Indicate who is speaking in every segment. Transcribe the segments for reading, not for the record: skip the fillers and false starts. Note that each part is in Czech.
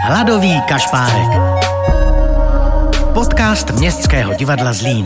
Speaker 1: Hladový kašpárek. Podcast Městského divadla Zlín.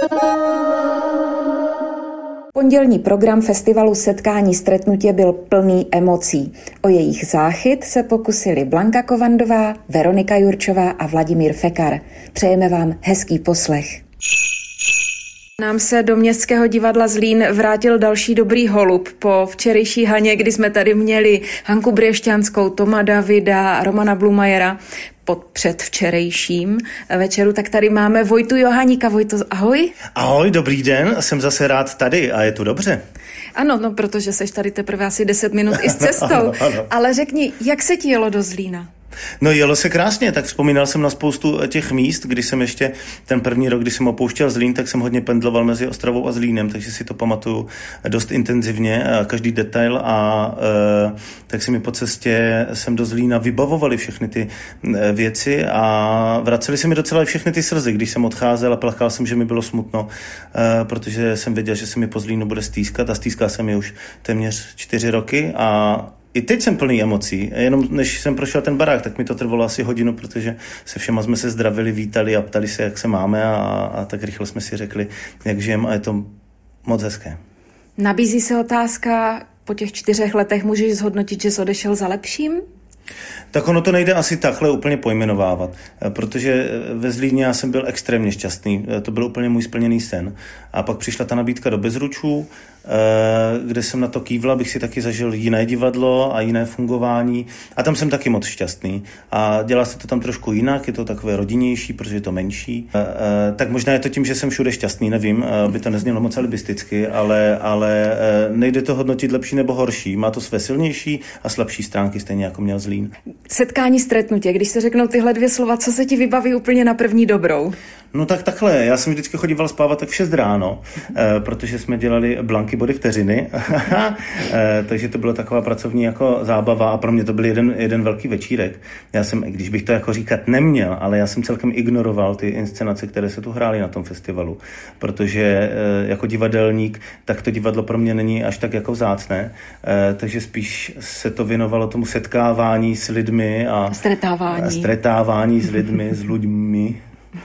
Speaker 2: Pondělní program festivalu Setkání stretnutě byl plný emocí. O jejich záchyt se pokusili Blanka Kovandová, Veronika Jurčová a Vladimír Fekar. Přejeme vám hezký poslech. Nám se do Městského divadla Zlín vrátil další dobrý holub po včerejší Haně, kdy jsme tady měli Hanku Břešťanskou, Toma Davida a Romana Blumajera před včerejším večeru, tak tady máme Vojtu Johaníka. Vojto, ahoj.
Speaker 3: Ahoj, dobrý den, jsem zase rád tady a je tu dobře.
Speaker 2: Ano, no, protože seš tady teprve asi 10 minut i s cestou, ano. Ale řekni, jak se ti jelo do Zlína?
Speaker 3: No jelo se krásně, tak vzpomínal jsem na spoustu těch míst, když jsem ještě ten první rok, když jsem opouštěl Zlín, tak jsem hodně pendloval mezi Ostravou a Zlínem, takže si to pamatuju dost intenzivně, každý detail a tak se mi po cestě sem do Zlína vybavovali všechny ty věci a vraceli se mi docela všechny ty slzy, když jsem odcházel a plakal jsem, že mi bylo smutno, protože jsem věděl, že se mi po Zlínu bude stýskat a stýská se mi už téměř 4 roky a i teď jsem plný emocí, jenom než jsem prošel ten barák, tak mi to trvalo asi hodinu, protože se všema jsme se zdravili, vítali a ptali se, jak se máme a tak rychle jsme si řekli, jak žijeme a je to moc hezké.
Speaker 2: Nabízí se otázka, po těch 4 letech můžeš zhodnotit, že jsi odešel za lepším?
Speaker 3: Tak ono to nejde asi takhle úplně pojmenovávat, protože ve Zlíně já jsem byl extrémně šťastný, to byl úplně můj splněný sen. A pak přišla ta nabídka do Bezručů, kde jsem na to kývla, abych si taky zažil jiné divadlo a jiné fungování a tam jsem taky moc šťastný. A dělá se to tam trošku jinak, je to takové rodinnější, protože je to menší. Tak možná je to tím, že jsem všude šťastný, nevím, by to neznělo moc alibisticky, ale nejde to hodnotit lepší nebo horší. Má to své silnější a slabší stránky, stejně jako měl Zlín.
Speaker 2: Setkání stretnutě, když se řeknou tyhle 2 slova, co se ti vybaví úplně na první dobrou?
Speaker 3: No tak takhle, já jsem vždycky chodíval spávat tak v 6 ráno, protože jsme dělali Blanky body vteřiny, takže to byla taková pracovní jako zábava a pro mě to byl jeden velký večírek. Já jsem, když bych to jako říkat neměl, ale já jsem celkem ignoroval ty inscenace, které se tu hrály na tom festivalu, protože jako divadelník, tak to divadlo pro mě není až tak jako vzácné, takže spíš se to věnovalo tomu setkávání s lidmi a stretávání s lidmi, s lidmi.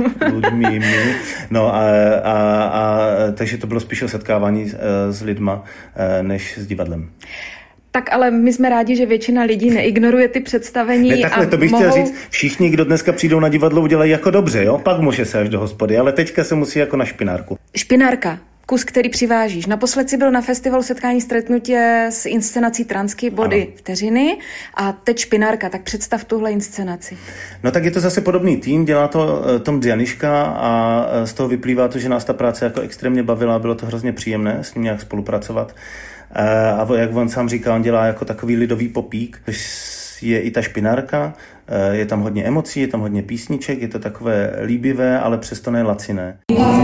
Speaker 3: No takže to bylo spíš o setkávání s lidma, než s divadlem.
Speaker 2: Tak ale my jsme rádi, že většina lidí neignoruje ty představení.
Speaker 3: Ne, takhle, to bych chtěl říct, všichni, kdo dneska přijdou na divadlo, udělají jako dobře, jo? Pak může se až do hospody, ale teďka se musí jako na špinárku.
Speaker 2: Špinárka. Kus, který přivážíš. Naposled si byl na festivalu Setkání stretnutě s inscenací Transky body vteřiny a teď Špinárka, tak představ tuhle inscenaci.
Speaker 3: No tak je to zase podobný tým, dělá to Tom Dzianiška a z toho vyplývá to, že nás ta práce jako extrémně bavila, bylo to hrozně příjemné s ním nějak spolupracovat. A jak on sám říká, on dělá jako takový lidový popík, je i ta Špinárka, je tam hodně emocí, je tam hodně písniček, je to takové líbivé, ale přesto ne laciné.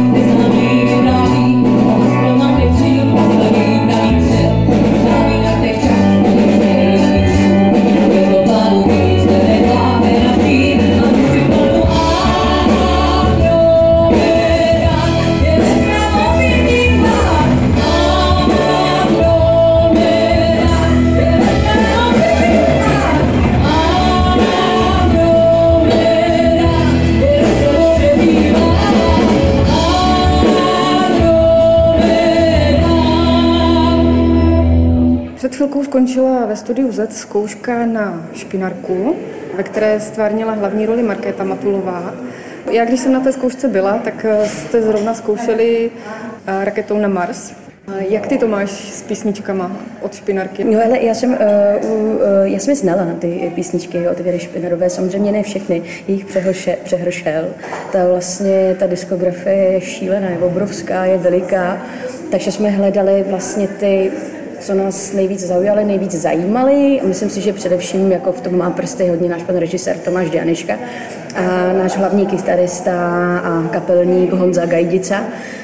Speaker 4: Před chvilkou skončila ve studiu Z zkouška na Špinárku, ve které stvárnila hlavní roli Markéta Matulová. Já, když jsem na té zkoušce byla, tak jste zrovna zkoušeli Raketou na Mars. Jak ty to máš s písničkama od Špinárky?
Speaker 5: No ale já jsem znala na ty písničky od Věry Špinarové, samozřejmě ne všechny, jich přehršel. Ta diskografie je šílená, je obrovská, je veliká, takže jsme hledali vlastně ty, co nás nejvíc zaujaly, nejvíc zajímaly. A myslím si, že především jako v tom má prsty hodně náš pan režisér Tomáš Dzianiška a náš hlavní kytarista a kapelník Honza Gajdica.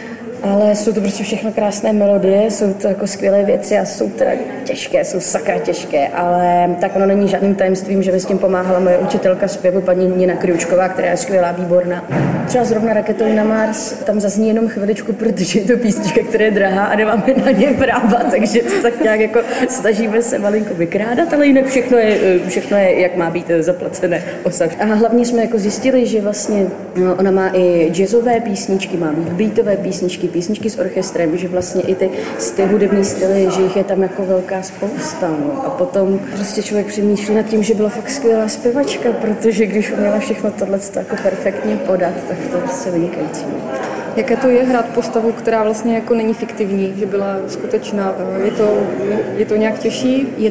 Speaker 5: ale jsou to prostě všechno krásné melodie, jsou to jako skvělé věci a jsou teda těžké, jsou sakra těžké, ale tak ono není žádným tajemstvím, že mi s tím pomáhala moje učitelka zpěvu, paní Nina Kriučková, která je skvělá, výborná. Třeba zrovna Raketou na Mars, tam zazní jenom chviličku, protože je to písnička, která je drahá a nemáme na ně práva, takže to tak nějak jako snažíme se malinko vykrádat, ale jinak všechno je jak má být zaplacené osad. A hlavně jsme jako zjistili, že vlastně ona má i jazzové písničky, má beatové písničky s orchestrem, že vlastně i ty hudební styly, že jich je tam jako velká spousta. No. A potom prostě člověk přemýšlí nad tím, že byla fakt skvělá zpěvačka, protože když uměla všechno tohle jako perfektně podat, tak to je prostě vynikající.
Speaker 4: Jaké to je hrát postavu, která vlastně jako není fiktivní, že byla skutečná? Je to nějak těžší?
Speaker 5: Je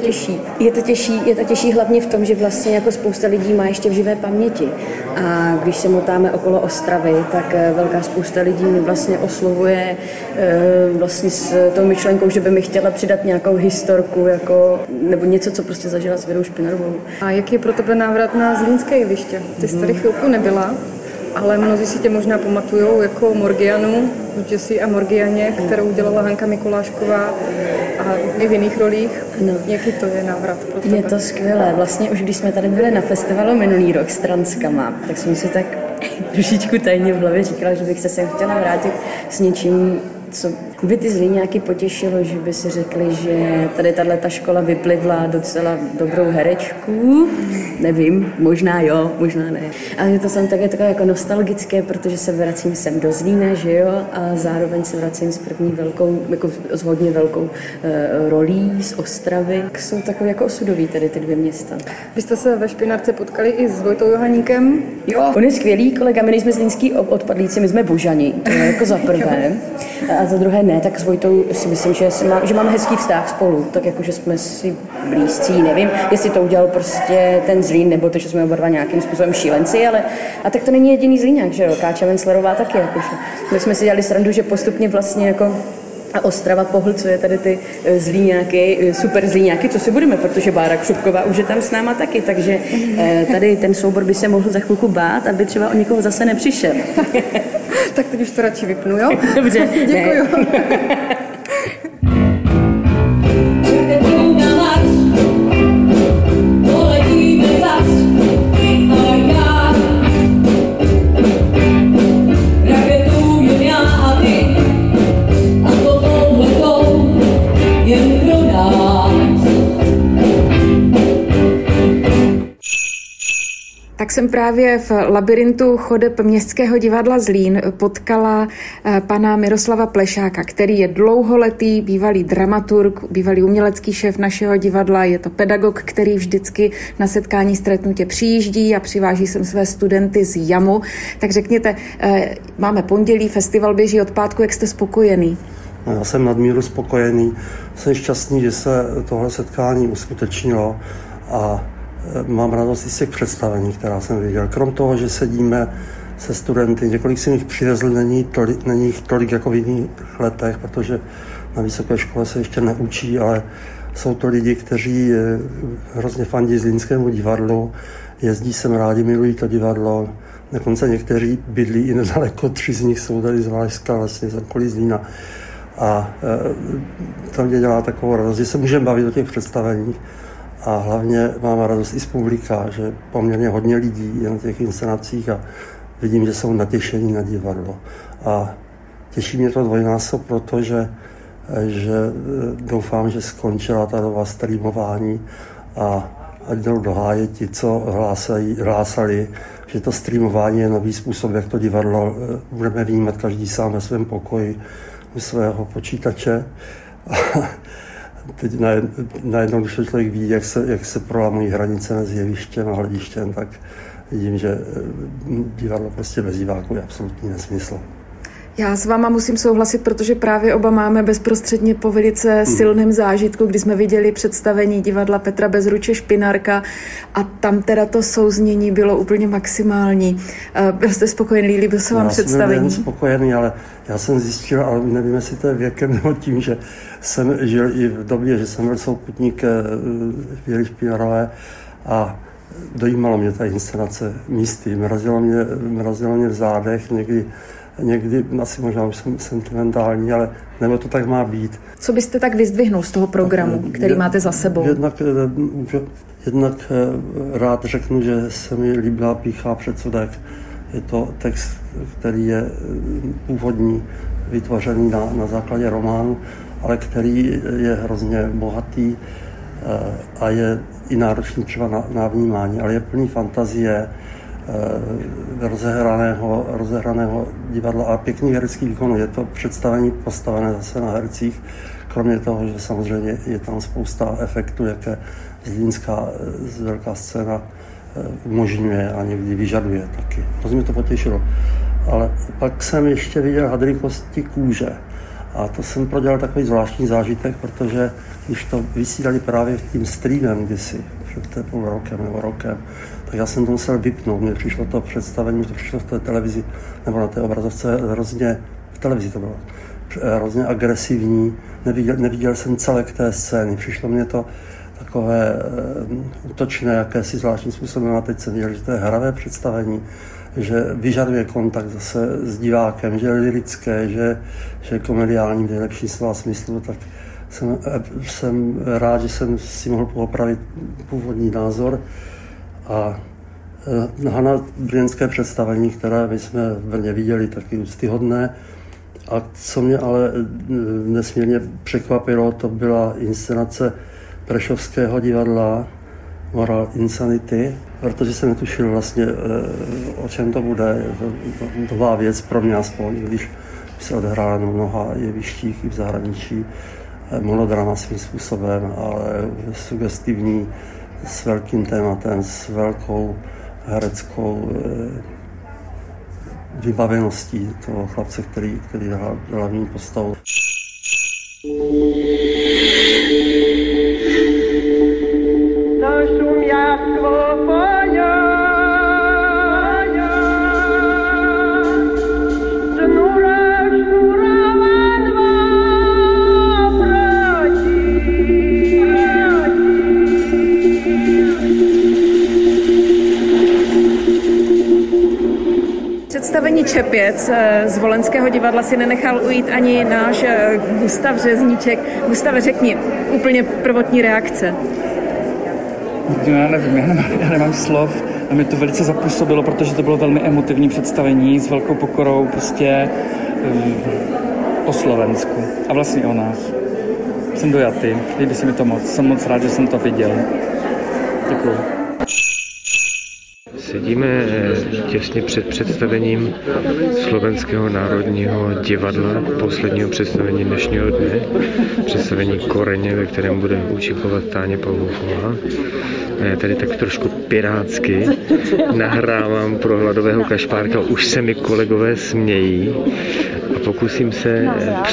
Speaker 5: to těžší hlavně v tom, že vlastně jako spousta lidí má ještě v živé paměti. A když se motáme okolo Ostravy, tak velká spousta lidí mě vlastně oslovuje vlastně s tou myšlenkou, že by mi chtěla přidat nějakou historku, jako, nebo něco, co prostě zažila s Věrou Špinarovou.
Speaker 4: A jaký je pro tebe návrat na zlínské jeviště? Ty jsi tady chvilku nebyla, ale mnozí si tě možná pamatujou jako Morgianu v Jessie a Morgianě, kterou dělala Hanka Mikulášková a i v jiných rolích.
Speaker 5: No.
Speaker 4: Jaký to je návrat pro tebe?
Speaker 5: Je to skvělé. Vlastně už když jsme tady byli na festivalu minulý rok s Transkama, tak jsem si tak trošičku tajně v hlavě říkala, že bych se sem chtěla vrátit s něčím, co by ty Zlíňáky potěšilo, že by si řekli, že tady tato škola vyplivla docela dobrou herečku. Nevím, možná jo, možná ne. Ale je to jsem také takové jako nostalgické, protože se vracím sem do Zlína, že jo, a zároveň se vracím s první velkou, jako s hodně velkou rolí z Ostravy. Jsou takové jako osudový tady ty dvě města.
Speaker 4: Vy jste se ve Špinarce potkali i s Vojtou Johaníkem?
Speaker 5: Jo, on je skvělý kolega, my nejsme zlínský odpadlíci, my jsme Božani, to je jako za prvé. A za druhé ne, tak s Vojtou si myslím, že máme hezký vztah spolu, tak jako, že jsme si blízcí, nevím, jestli to udělal prostě ten Zlín, nebo to, že jsme oba dva nějakým způsobem šílenci, ale a tak to není jediný Zlíňák, že jo, Káča Menclerová taky, jakože. My jsme si dělali srandu, že postupně vlastně jako a Ostrava pohlcuje tady ty Zlíňáky, super Zlíňáky, co si budeme, protože Bára Křupková už je tam s náma taky, takže tady ten soubor by se mohl za chvilku bát, aby třeba o někoho zase nepřišel.
Speaker 4: Tak teď už to radši vypnu, jo?
Speaker 5: Dobře.
Speaker 4: Děkuju. Tak jsem právě v labirintu chodeb Městského divadla Zlín potkala pana Miroslava Plešáka, který je dlouholetý bývalý dramaturg, bývalý umělecký šéf našeho divadla. Je to pedagog, který vždycky na setkání Stretnutě přijíždí a přiváží sem své studenty z JAMu. Tak řekněte, máme pondělí, festival běží od pátku, jak jste spokojený?
Speaker 6: No, já jsem nadmíru spokojený, jsem šťastný, že se tohle setkání uskutečnilo a mám radost i z těch představení, která jsem viděl. Krom toho, že sedíme se studenty, několik jsem jich přivezl, není jich tolik jako v jiných letech, protože na vysoké škole se ještě neučí, ale jsou to lidi, kteří hrozně fandí Zlínskému divadlu, jezdí sem rádi, milují to divadlo, dokonce někteří bydlí i nedaleko, 3 z nich jsou tady z Valašska, vlastně z okolí Zlína. A to mě dělá takovou radost, že se můžeme bavit o těch představeních. A hlavně mám radost i z publika, že poměrně hodně lidí je na těch inscenacích a vidím, že jsou natěšení na divadlo. A těší mě to dvojnásob, protože doufám, že skončila ta doba streamování a jdou do háje ti, co hlásali, že to streamování je nový způsob, jak to divadlo budeme vnímat každý sám ve svém pokoji u svého počítače. Teď najednou, když člověk vidí, jak se prolamují hranice mezi jevištěm a hledištěm, tak vidím, že divadlo prostě bez diváků je absolutní nesmysl.
Speaker 4: Já s váma musím souhlasit, protože právě oba máme bezprostředně po velice silném zážitku, kdy jsme viděli představení divadla Petra Bezruče Špinárka a tam teda to souznění bylo úplně maximální. Byl jste spokojený, líbil se vám představení? Já jsem
Speaker 6: spokojený, ale já jsem zjistil, ale nevím, jestli to je věkem nebo tím, že jsem žil i v době, že jsem byl souputník Věry Špinárové a dojímalo mě ta inscenace místy. Mrazilo mě v zádech, někdy někdy asi možná už jsem sentimentální, ale nebo to tak má být.
Speaker 2: Co byste tak vyzdvihnul z toho programu, který máte za sebou?
Speaker 6: Jednak rád řeknu, že se mi líbila Pýcha předsudek. Je to text, který je původní, vytvořený na základě románu, ale který je hrozně bohatý a je i náročný třeba na vnímání, ale je plný fantazie, rozehraného divadla a pěkný herecký výkon. Je to představení postavené zase na hercích, kromě toho, že samozřejmě je tam spousta efektů, jaké zlínská velká scéna umožňuje a někdy vyžaduje taky. To mě to potěšilo. Ale pak jsem ještě viděl Hadrikosti kůže. A to jsem prodělal takový zvláštní zážitek, protože když to vysílali právě tím streamem kdysi, před půl rokem nebo rokem, tak já jsem to musel vypnout. Mně přišlo to představení, to přišlo v té televizi, nebo na té obrazovce hrozně, v televizi to bylo, hrozně agresivní. Neviděl jsem celek té scény. Přišlo mě to takové útočné, jakési zvláštním způsobem. A teď jsem viděl, že to je hravé představení, že vyžaduje kontakt zase s divákem, že je lirické, že je komediální v nejlepším slova smyslu, tak jsem rád, že jsem si mohl opravit původní názor. A Hana brněnské představení, které my jsme v Brně viděli, taky úctyhodné. A co mě ale nesmírně překvapilo, to byla inscenace Prešovského divadla Moral Insanity, protože jsem netušil vlastně, o čem to bude. Je to nová věc pro mě aspoň, když se odehrála na mnoha jevištích i v zahraničí. Monodrama svým způsobem, ale sugestivní, s velkým tématem, s velkou hereckou vybaveností toho chlapce, který hrál hlavní postavu.
Speaker 2: Představení Čepěc z Volenského divadla si nenechal ujít ani náš Gustav Řezníček. Gustave, řekni úplně prvotní reakce.
Speaker 7: Já nevím, já nemám slov a mě to velice zapůsobilo, protože to bylo velmi emotivní představení s velkou pokorou prostě o Slovensku a vlastně o nás. Jsem dojatý, líbí se mi to moc, jsem moc rád, že jsem to viděl. Děkuji.
Speaker 8: Sedíme těsně před představením Slovenského národního divadla, posledního představení dnešního dne, představení Koreně, ve kterém bude účinkovat Táňa Pavloufová. A já tady tak trošku pirátsky nahrávám pro Hladového kašpárka, už se mi kolegové smějí a pokusím se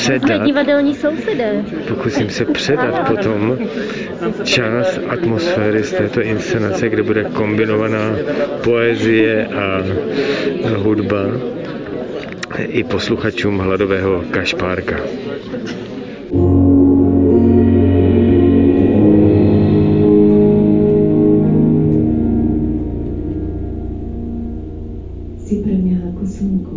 Speaker 8: předat potom část atmosféry z této inscenace, kde bude kombinovaná poezie a hudba i posluchačům Hladového kašpárka.
Speaker 9: Si pre mňa ako slnko.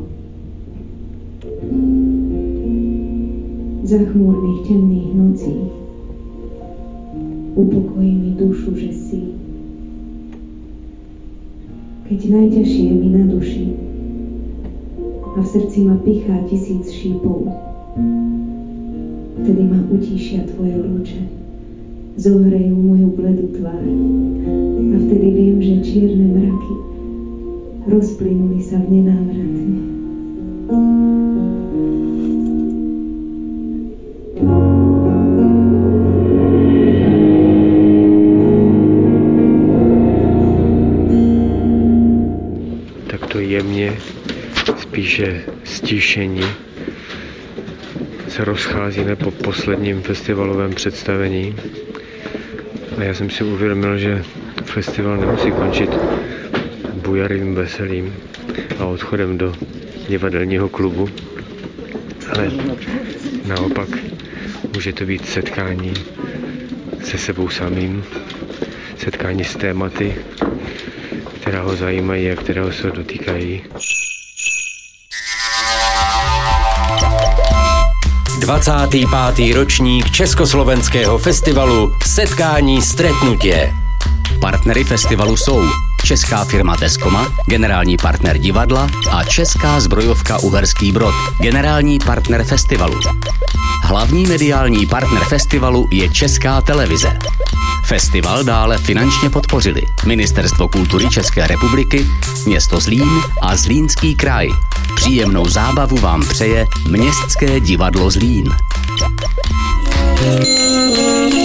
Speaker 9: Za chmúrnych temných nocí upokojí mi dušu, že si. Keď najťažšie mi na duši a v srdci ma pichá 1000 šípov, vtedy ma utíšia tvoje lúče, zohrejú moju bledú tvár a vtedy viem, že čierne mraky rozplynuli sa v nenávratne.
Speaker 8: Jemně, spíše stišení se rozcházíme po posledním festivalovém představení a já jsem si uvědomil, že festival nemusí končit bujarým veselým a odchodem do divadelního klubu, ale naopak může to být setkání se sebou samým, setkání s tématy, která ho zajímají a kterého se dotýkají.
Speaker 10: 25. ročník Československého festivalu Setkání stretnutie. Partnery festivalu jsou česká firma Tescoma, generální partner divadla a česká zbrojovka Uherský Brod, generální partner festivalu. Hlavní mediální partner festivalu je Česká televize. Festival dále finančně podpořili Ministerstvo kultury České republiky, město Zlín a Zlínský kraj. Příjemnou zábavu vám přeje Městské divadlo Zlín.